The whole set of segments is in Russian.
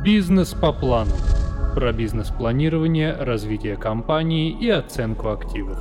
Бизнес по плану. Про бизнес-планирование, развитие компании и оценку активов.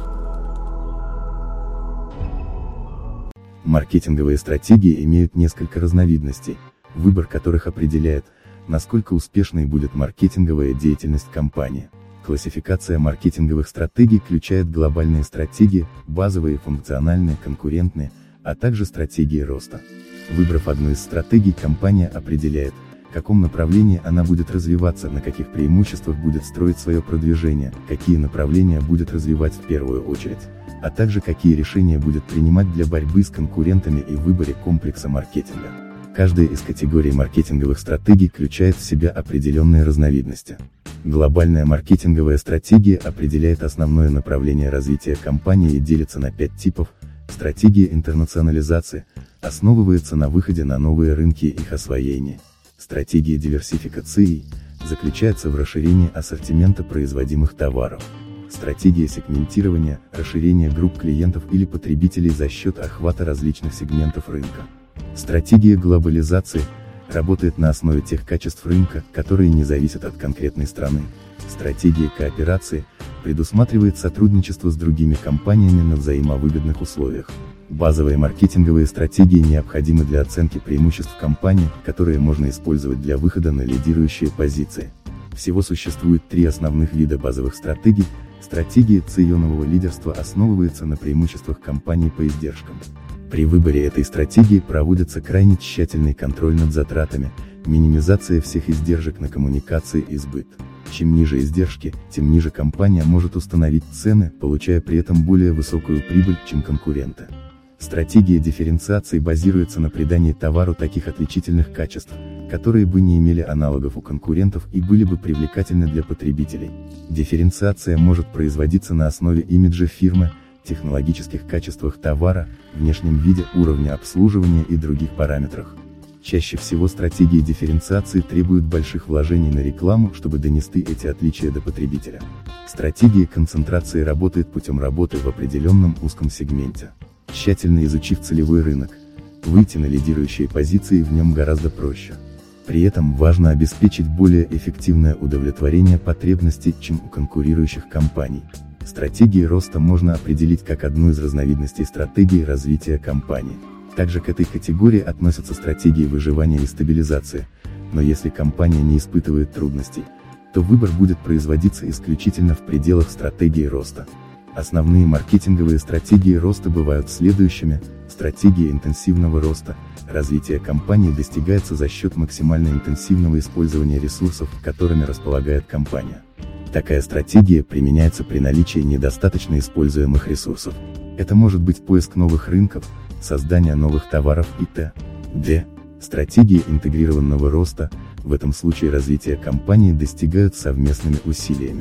Маркетинговые стратегии имеют несколько разновидностей, выбор которых определяет, насколько успешной будет маркетинговая деятельность компании. Классификация маркетинговых стратегий включает глобальные стратегии, базовые, функциональные, конкурентные, а также стратегии роста. Выбрав одну из стратегий, компания определяет, в каком направлении она будет развиваться, на каких преимуществах будет строить свое продвижение, какие направления будет развивать в первую очередь, а также какие решения будет принимать для борьбы с конкурентами и в выборе комплекса маркетинга. Каждая из категорий маркетинговых стратегий включает в себя определенные разновидности. Глобальная маркетинговая стратегия определяет основное направление развития компании и делится на 5 типов. Стратегия интернационализации основывается на выходе на новые рынки и их освоении. Стратегия диверсификации заключается в расширении ассортимента производимых товаров. Стратегия сегментирования – расширение групп клиентов или потребителей за счет охвата различных сегментов рынка. Стратегия глобализации работает на основе тех качеств рынка, которые не зависят от конкретной страны. Стратегия кооперации предусматривает сотрудничество с другими компаниями на взаимовыгодных условиях. Базовые маркетинговые стратегии необходимы для оценки преимуществ компании, которые можно использовать для выхода на лидирующие позиции. Всего существует 3 основных вида базовых стратегий. Стратегия ционового лидерства основывается на преимуществах компании по издержкам. При выборе этой стратегии проводится крайне тщательный контроль над затратами, минимизация всех издержек на коммуникации и сбыт. Чем ниже издержки, тем ниже компания может установить цены, получая при этом более высокую прибыль, чем конкуренты. Стратегия дифференциации базируется на придании товару таких отличительных качеств, которые бы не имели аналогов у конкурентов и были бы привлекательны для потребителей. Дифференциация может производиться на основе имиджа фирмы, технологических качествах товара, внешнем виде, уровня обслуживания и других параметрах. Чаще всего стратегии дифференциации требуют больших вложений на рекламу, чтобы донести эти отличия до потребителя. Стратегия концентрации работает путем работы в определенном узком сегменте. Тщательно изучив целевой рынок, выйти на лидирующие позиции в нем гораздо проще. При этом важно обеспечить более эффективное удовлетворение потребностей, чем у конкурирующих компаний. Стратегии роста можно определить как одну из разновидностей стратегии развития компании. Также к этой категории относятся стратегии выживания и стабилизации, но если компания не испытывает трудностей, то выбор будет производиться исключительно в пределах стратегии роста. Основные маркетинговые стратегии роста бывают следующими. Стратегия интенсивного роста. Развитие компании достигается за счет максимально интенсивного использования ресурсов, которыми располагает компания. Такая стратегия применяется при наличии недостаточно используемых ресурсов. Это может быть поиск новых рынков, создание новых товаров и т.д. Стратегии интегрированного роста, в этом случае развитие компании достигают совместными усилиями.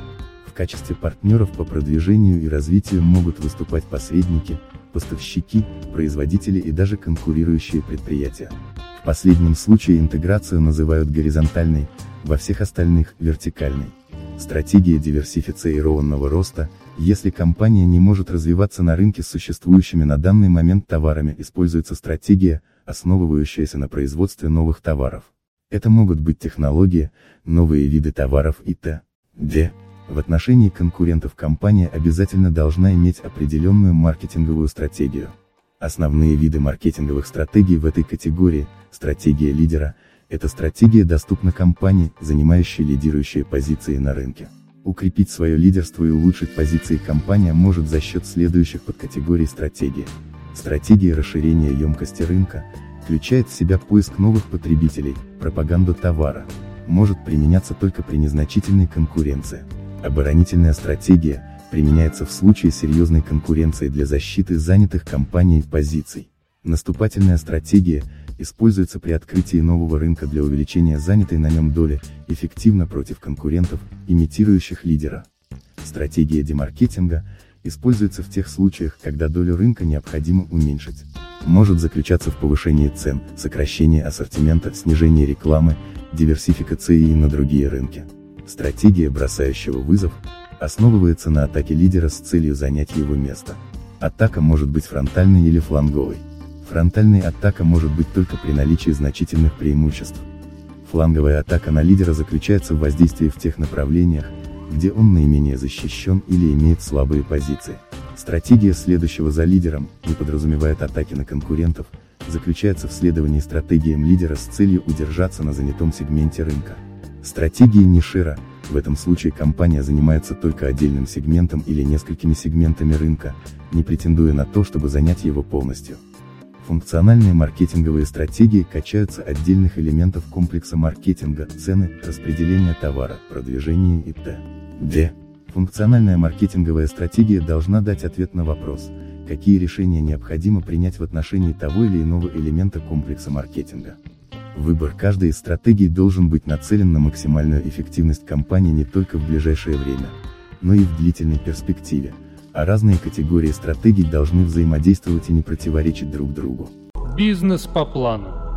В качестве партнеров по продвижению и развитию могут выступать посредники, поставщики, производители и даже конкурирующие предприятия. В последнем случае интеграцию называют горизонтальной, во всех остальных – вертикальной. Стратегия диверсифицированного роста, если компания не может развиваться на рынке с существующими на данный момент товарами, используется стратегия, основывающаяся на производстве новых товаров. Это могут быть технологии, новые виды товаров и т.д. В отношении конкурентов компания обязательно должна иметь определенную маркетинговую стратегию. Основные виды маркетинговых стратегий в этой категории. Стратегия лидера – это стратегия доступна компании, занимающей лидирующие позиции на рынке. Укрепить свое лидерство и улучшить позиции компания может за счет следующих подкатегорий стратегии. Стратегия расширения емкости рынка включает в себя поиск новых потребителей, пропаганду товара. Может применяться только при незначительной конкуренции. Оборонительная стратегия применяется в случае серьезной конкуренции для защиты занятых компанией позиций. Наступательная стратегия используется при открытии нового рынка для увеличения занятой на нем доли, эффективно против конкурентов, имитирующих лидера. Стратегия демаркетинга используется в тех случаях, когда долю рынка необходимо уменьшить. Может заключаться в повышении цен, сокращении ассортимента, снижении рекламы, диверсификации на другие рынки. Стратегия бросающего вызов основывается на атаке лидера с целью занять его место. Атака может быть фронтальной или фланговой. Фронтальная атака может быть только при наличии значительных преимуществ. Фланговая атака на лидера заключается в воздействии в тех направлениях, где он наименее защищен или имеет слабые позиции. Стратегия следующего за лидером не подразумевает атаки на конкурентов, заключается в следовании стратегиям лидера с целью удержаться на занятом сегменте рынка. Стратегия нишера. В этом случае компания занимается только отдельным сегментом или несколькими сегментами рынка, не претендуя на то, чтобы занять его полностью. Функциональные маркетинговые стратегии качаются отдельных элементов комплекса маркетинга: цены, распределение товара, продвижение и т.д. Функциональная маркетинговая стратегия должна дать ответ на вопрос, какие решения необходимо принять в отношении того или иного элемента комплекса маркетинга. Выбор каждой из стратегий должен быть нацелен на максимальную эффективность компании не только в ближайшее время, но и в длительной перспективе, а разные категории стратегий должны взаимодействовать и не противоречить друг другу. Бизнес по плану.